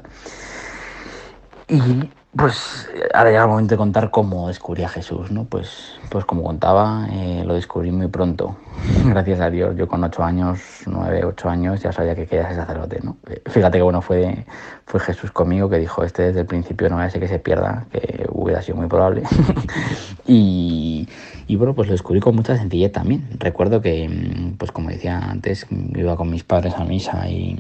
Y pues ahora llega el momento de contar cómo descubrí a Jesús, ¿no? Pues como contaba, lo descubrí muy pronto. Gracias a Dios, yo con 9, 8 años ya sabía que quería ser sacerdote, ¿no? Fíjate que bueno, fue Jesús conmigo, que dijo: desde el principio no vaya a ser que se pierda, que hubiera sido muy probable. Y bueno, pues lo descubrí con mucha sencillez también. Recuerdo que, pues como decía antes, iba con mis padres a misa y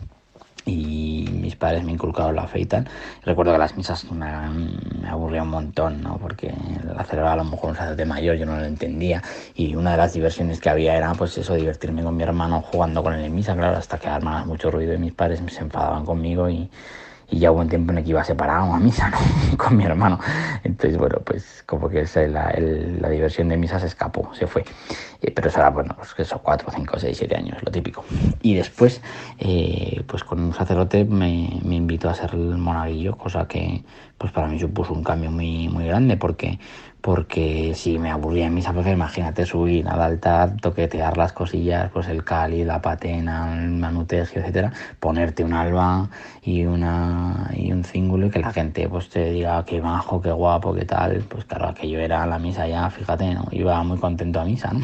mis padres me inculcaron la fe y tal. Recuerdo que las misas me aburría un montón, ¿no? Porque la celebraba a lo mejor un sacerdote mayor, yo no lo entendía, y una de las diversiones que había era pues eso, divertirme con mi hermano jugando con él en misa, claro, hasta que armaba mucho ruido y mis padres se enfadaban conmigo, y ya hubo un tiempo en el que iba separado a misa, ¿no? Con mi hermano. Entonces, bueno, pues como que la diversión de misa se escapó, se fue. Pero eso era, bueno, pues eso, 4, 5, 6, 7 años, lo típico. Y después, pues con un sacerdote me invitó a ser el monaguillo, cosa que pues para mí supuso un cambio muy, muy grande, porque si me aburría en misa, pues imagínate subir al altar, toquetear las cosillas, pues el cáliz, la patena, el manutegio, etcétera, ponerte un alba y un cíngulo, y que la gente pues te diga qué majo, qué guapo, qué tal. Pues claro, aquello era la misa ya, fíjate, ¿no? Iba muy contento a misa, ¿no?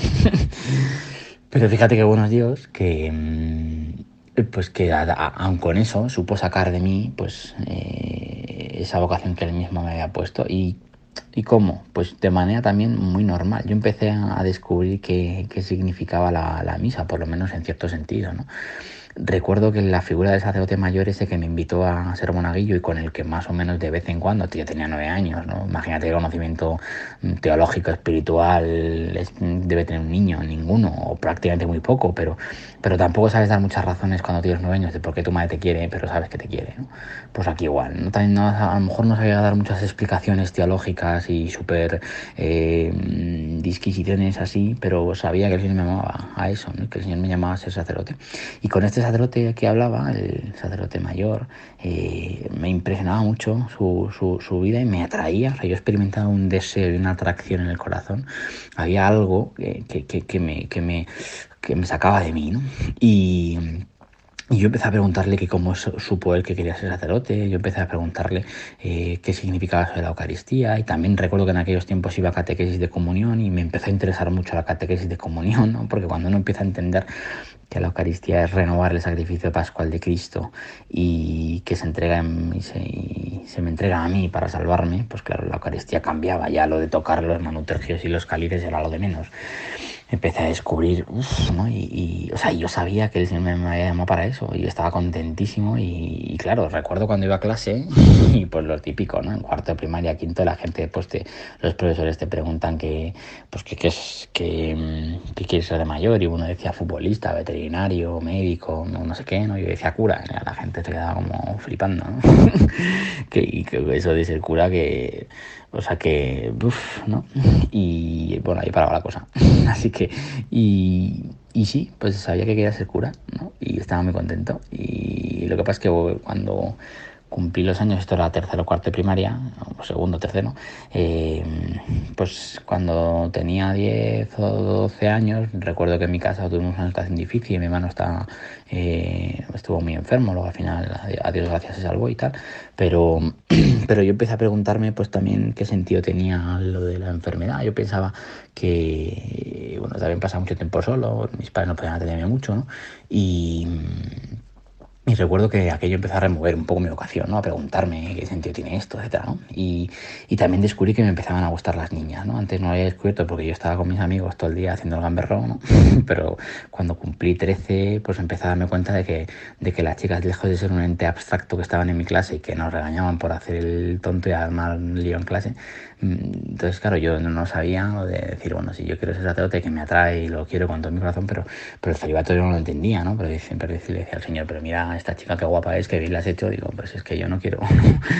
Pero fíjate que buenos Dios, que pues que aun con eso supo sacar de mí pues esa vocación que él mismo me había puesto. ¿Y cómo? Pues de manera también muy normal. Yo empecé a descubrir qué significaba la misa, por lo menos en cierto sentido, ¿no? recuerdo que la figura del sacerdote mayor ese que me invitó a ser monaguillo y con el que más o menos de vez en cuando, yo tenía 9 años, ¿no? Imagínate el conocimiento teológico, espiritual, debe tener un niño, ninguno, o prácticamente muy poco, pero tampoco sabes dar muchas razones cuando tienes 9 años de por qué tu madre te quiere, pero sabes que te quiere, ¿no? Pues aquí igual, ¿no? También a lo mejor no sabía dar muchas explicaciones teológicas y súper disquisiciones así, pero sabía que el Señor me llamaba a eso, ¿no? Que el Señor me llamaba a ser sacerdote. Y con este sacerdote que hablaba, el sacerdote mayor, me impresionaba mucho su vida y me atraía. O sea, yo experimentaba un deseo y una atracción en el corazón. Había algo que me sacaba de mí, ¿no? Y yo empecé a preguntarle que cómo supo él que quería ser sacerdote. Yo empecé a preguntarle qué significaba eso de la Eucaristía. Y también recuerdo que en aquellos tiempos iba a catequesis de comunión y me empezó a interesar mucho la catequesis de comunión, ¿no? Porque cuando uno empieza a entender que la Eucaristía es renovar el sacrificio pascual de Cristo y que se entrega y se me entrega a mí para salvarme, pues claro, la Eucaristía cambiaba. Ya lo de tocar los manutergios y los cálices era lo de menos. Empecé a descubrir, ¿no? O sea, yo sabía que el Señor me había llamado para eso y estaba contentísimo y claro, recuerdo cuando iba a clase y pues lo típico, ¿no? En cuarto de primaria, quinto, la gente, pues los profesores te preguntan qué quieres ser de mayor y uno decía futbolista, veterinario, médico, no sé qué, ¿no? Yo decía cura, y la gente se quedaba como flipando, ¿no? que eso de ser cura ¿no? Y bueno, ahí paraba la cosa. Así que, y sí, pues sabía que quería ser cura, ¿no? Y estaba muy contento. Y lo que pasa es que cuando cumplí los años, esto era tercero o cuarto de primaria, o segundo, tercero, pues cuando tenía 10 o 12 años, recuerdo que en mi casa tuvimos una situación difícil y mi hermano estuvo muy enfermo, luego al final, a Dios gracias, se salvó y tal, pero yo empecé a preguntarme pues también qué sentido tenía lo de la enfermedad. Yo pensaba que, bueno, también pasaba mucho tiempo solo, mis padres no podían atenderme mucho, ¿no? Y recuerdo que aquello empezó a remover un poco mi vocación, ¿no? A preguntarme qué sentido tiene esto, etcétera, ¿no? Y también descubrí que me empezaban a gustar las niñas, ¿no? Antes no lo había descubierto porque yo estaba con mis amigos todo el día haciendo el gamberro, ¿no? Pero cuando cumplí 13, pues empecé a darme cuenta de que las chicas, lejos de ser un ente abstracto que estaban en mi clase y que nos regañaban por hacer el tonto y armar lío en clase, entonces, claro, yo no sabía de decir, bueno, si yo quiero ser sacerdote, que me atrae y lo quiero con todo mi corazón, pero el celibato yo no lo entendía, ¿no? Pero siempre le decía al Señor, pero mira, esta chica qué guapa es, que bien la has hecho. Digo, pues es que yo no quiero.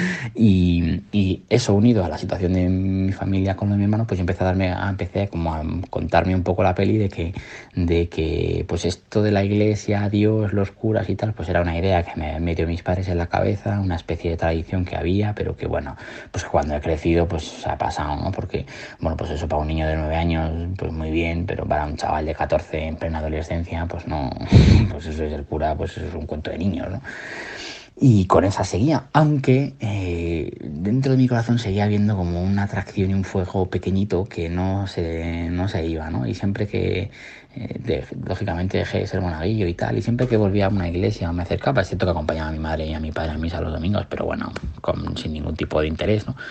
y eso unido a la situación de mi familia con lo de mi hermano, pues yo empecé como a contarme un poco la peli de que pues esto de la iglesia, Dios, los curas y tal, pues era una idea que me metió mis padres en la cabeza, una especie de tradición que había, pero que bueno, pues cuando he crecido, pues se ha pasado, ¿no? Porque, bueno, pues eso para un niño de 9 años, pues muy bien, pero para un chaval de 14 en plena adolescencia, pues no, pues eso es el cura, pues eso es un cuento de niños, ¿no? Y con esa seguía, aunque dentro de mi corazón seguía habiendo como una atracción y un fuego pequeñito que no se iba, ¿no? Y siempre que, lógicamente, dejé de ser monaguillo y tal, y siempre que volvía a una iglesia me acercaba, es cierto que acompañaba a mi madre y a mi padre a misa los domingos, pero bueno, sin ningún tipo de interés, ¿no?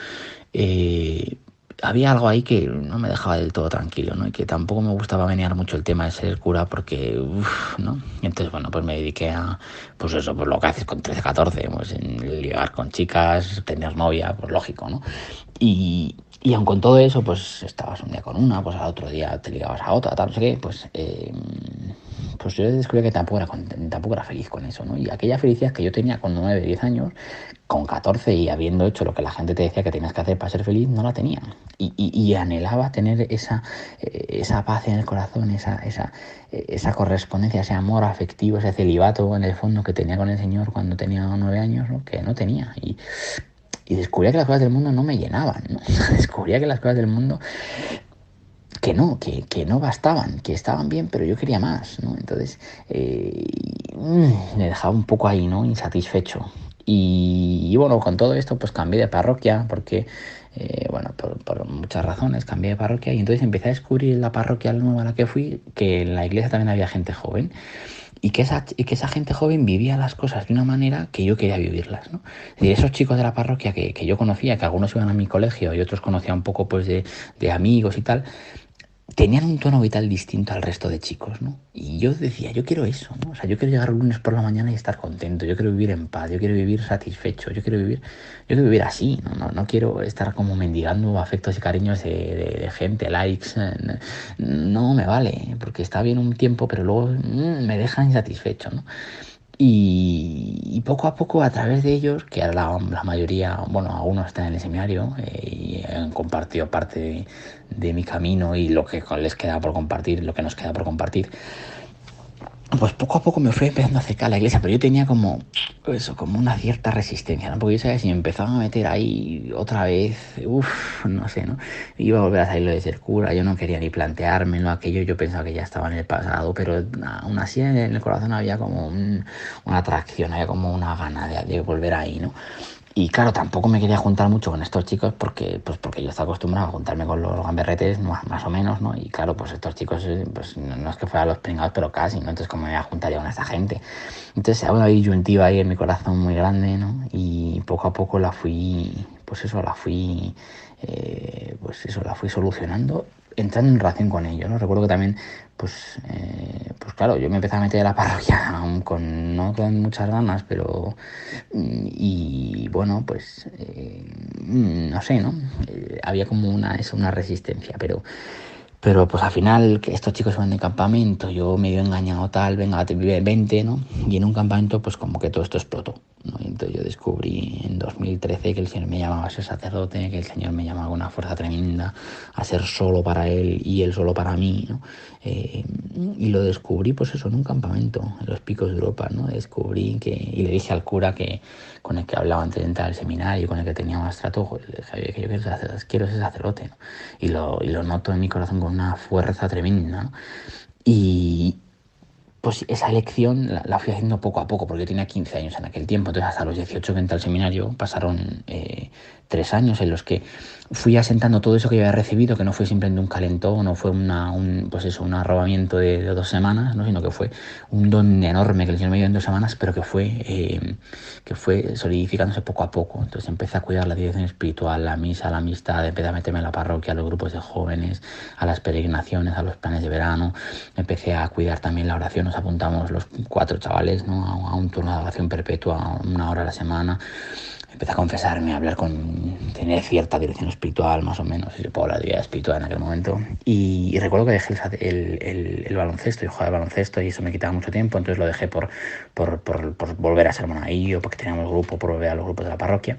Había algo ahí que no me dejaba del todo tranquilo, ¿no? Y que tampoco me gustaba menear mucho el tema de ser cura porque, ¿no? Y entonces, bueno, pues me dediqué a, pues eso, pues lo que haces con 13, 14, pues en ligar con chicas, tener novia, pues lógico, ¿no? Y aun con todo eso, pues estabas un día con una, pues al otro día te ligabas a otra, tal, no sé qué, pues yo descubrí que tampoco era feliz con eso, ¿no? Y aquella felicidad que yo tenía con 9, 10 años, con 14 y habiendo hecho lo que la gente te decía que tenías que hacer para ser feliz, no la tenía. Y anhelaba tener esa paz en el corazón, esa correspondencia, ese amor afectivo, ese celibato en el fondo que tenía con el Señor cuando tenía 9 años, ¿no? Que no tenía. Y descubría que las cosas del mundo no me llenaban, ¿no? Descubría que las cosas del mundo que no bastaban, que estaban bien, pero yo quería más, ¿no? Entonces me dejaba un poco ahí, ¿no? Insatisfecho. Y bueno, con todo esto pues cambié de parroquia porque, bueno, por muchas razones cambié de parroquia y entonces empecé a descubrir en la parroquia nueva a la que fui que en la iglesia también había gente joven. Y que esa gente joven vivía las cosas de una manera que yo quería vivirlas, ¿no? Es decir, esos chicos de la parroquia que yo conocía, que algunos iban a mi colegio y otros conocía un poco pues de amigos y tal, tenían un tono vital distinto al resto de chicos, ¿no? Y yo decía, yo quiero eso, ¿no? O sea, yo quiero llegar el lunes por la mañana y estar contento, yo quiero vivir en paz, yo quiero vivir satisfecho, yo quiero vivir así, no quiero estar como mendigando afectos y cariños de gente, likes, no me vale, porque está bien un tiempo, pero luego me deja insatisfecho, ¿no? Y poco a poco, a través de ellos, que ahora la mayoría, bueno, algunos están en el seminario y han compartido parte de mi camino y lo que les queda por compartir, lo que nos queda por compartir, pues poco a poco me fui empezando a acercar a la iglesia, pero yo tenía como una cierta resistencia, ¿no? Porque yo sabía, si me empezaba a meter ahí otra vez, no sé, ¿no? Iba a volver a salir de ser cura, yo no quería ni planteármelo, aquello yo pensaba que ya estaba en el pasado, pero aún así en el corazón había como una atracción, había como una gana de volver ahí, ¿no? Y claro, tampoco me quería juntar mucho con estos chicos porque yo estaba acostumbrado a juntarme con los gamberretes, más o menos, ¿no? Y claro, pues estos chicos, pues no es que fueran los pringados, pero casi, ¿no? Entonces, ¿cómo me voy a juntar yo con esta gente? Entonces, había una disyuntiva ahí en mi corazón muy grande, ¿no? Y poco a poco la fui solucionando, entrando en relación con ellos, ¿no? Recuerdo que también, pues claro, yo me empecé a meter a la parroquia no con muchas ganas, pero y bueno, pues no sé, ¿no? Había como una resistencia, pero pues al final, que estos chicos van de campamento, yo medio engañado tal, venga, vente, ¿no? Y en un campamento, pues como que todo esto explotó, ¿no? Y entonces yo descubrí en 2013 que el Señor me llamaba a ser sacerdote, que el Señor me llamaba con una fuerza tremenda a ser solo para Él y Él solo para mí, ¿no? Y lo descubrí, pues eso, en un campamento, en los Picos de Europa, ¿no? Descubrí y le dije al cura con el que hablaba antes de entrar al seminario, con el que tenía más trato, le dije que yo quiero ser sacerdote, ¿no? Y lo noto en mi corazón con una fuerza tremenda, ¿no? Y pues esa elección la fui haciendo poco a poco, porque yo tenía 15 años en aquel tiempo, entonces hasta los 18 que entré al seminario pasaron 3 años en los que fui asentando todo eso que yo había recibido, que no fue simplemente un calentón, no fue un arrobamiento de 2 semanas, ¿no? Sino que fue un don enorme que el Señor me dio en 2 semanas, pero que fue solidificándose poco a poco. Entonces empecé a cuidar la dirección espiritual, la misa, la amistad, empecé a meterme en la parroquia, a los grupos de jóvenes, a las peregrinaciones, a los planes de verano, empecé a cuidar también la oración, nos apuntamos los 4 chavales, ¿no? a un turno de oración perpetua, 1 hora a la semana. Empecé a confesarme, a hablar tener cierta dirección espiritual, más o menos, si se puede hablar de vida espiritual en aquel momento. Y recuerdo que dejé el baloncesto, yo jugaba al baloncesto y eso me quitaba mucho tiempo, entonces lo dejé por volver a ser monaguillo, porque teníamos grupo, por volver a los grupos de la parroquia.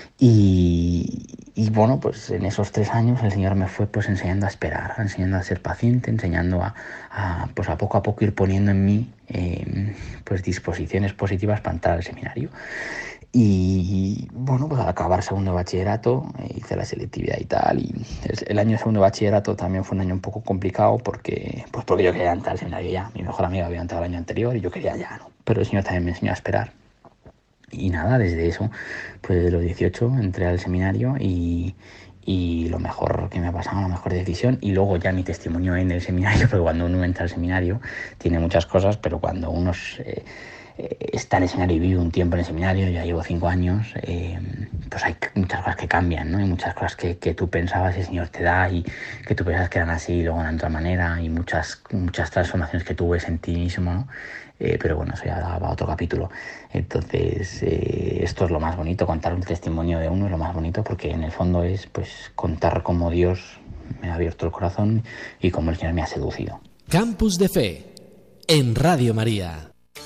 Y bueno, pues en esos 3 años el Señor me fue pues enseñando a esperar, enseñando a ser paciente, enseñando a poco a poco ir poniendo en mí pues disposiciones positivas para entrar al seminario. Y bueno, pues al acabar segundo de bachillerato hice la selectividad y tal, y el año de segundo de bachillerato también fue un año un poco complicado porque yo quería entrar al seminario ya. Mi mejor amiga había entrado el año anterior y yo quería ya, ¿no? Pero el Señor también me enseñó a esperar. Y nada, desde eso, pues desde los 18 entré al seminario y lo mejor que me ha pasado, la mejor decisión. Y luego ya mi testimonio en el seminario, porque cuando uno entra al seminario tiene muchas cosas, pero cuando uno está en el seminario y vive un tiempo en el seminario, ya llevo 5 años, pues hay muchas cosas que cambian, ¿no? Hay muchas cosas que tú pensabas y el Señor te da y que tú pensabas que eran así y luego eran de otra manera, y muchas transformaciones que tú ves en ti mismo, ¿no? Pero bueno, eso ya daba otro capítulo. Entonces, esto es lo más bonito, contar un testimonio de uno es lo más bonito, porque en el fondo es pues contar cómo Dios me ha abierto el corazón y cómo el Señor me ha seducido. Campus de Fe, en Radio María.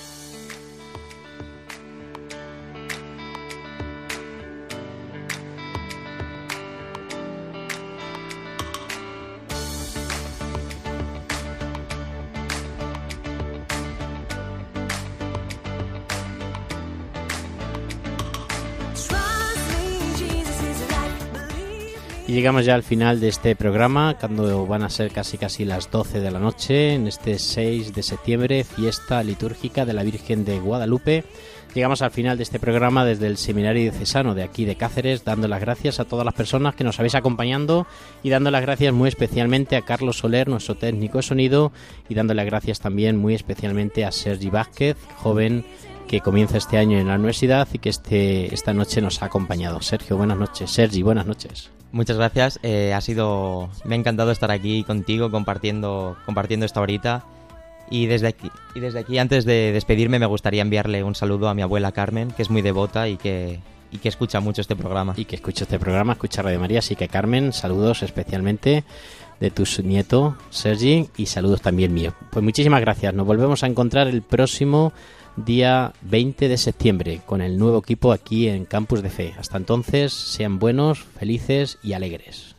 Y llegamos ya al final de este programa, cuando van a ser casi las 12 de la noche, en este 6 de septiembre, fiesta litúrgica de la Virgen de Guadalupe. Llegamos al final de este programa desde el Seminario Diocesano de aquí de Cáceres, dando las gracias a todas las personas que nos habéis acompañando y dando las gracias muy especialmente a Carlos Soler, nuestro técnico de sonido, y dando las gracias también muy especialmente a Sergi Vázquez, joven que comienza este año en la universidad y que esta noche nos ha acompañado. Sergi, buenas noches. Muchas gracias, me ha encantado estar aquí contigo compartiendo esta horita. Y desde aquí, antes de despedirme, me gustaría enviarle un saludo a mi abuela Carmen, que es muy devota y que escucha mucho este programa. Escucha Radio María, así que Carmen, saludos especialmente de tu nieto Sergi y saludos también mío. Pues muchísimas gracias, nos volvemos a encontrar el próximo día 20 de septiembre con el nuevo equipo aquí en Campus de Fe. Hasta entonces, sean buenos, felices y alegres.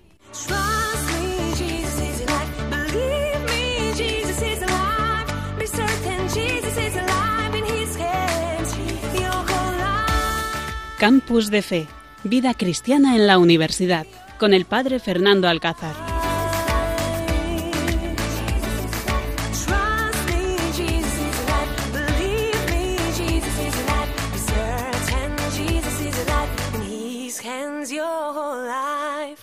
Campus de Fe, vida cristiana en la universidad, con el padre Fernando Alcázar. Your whole life.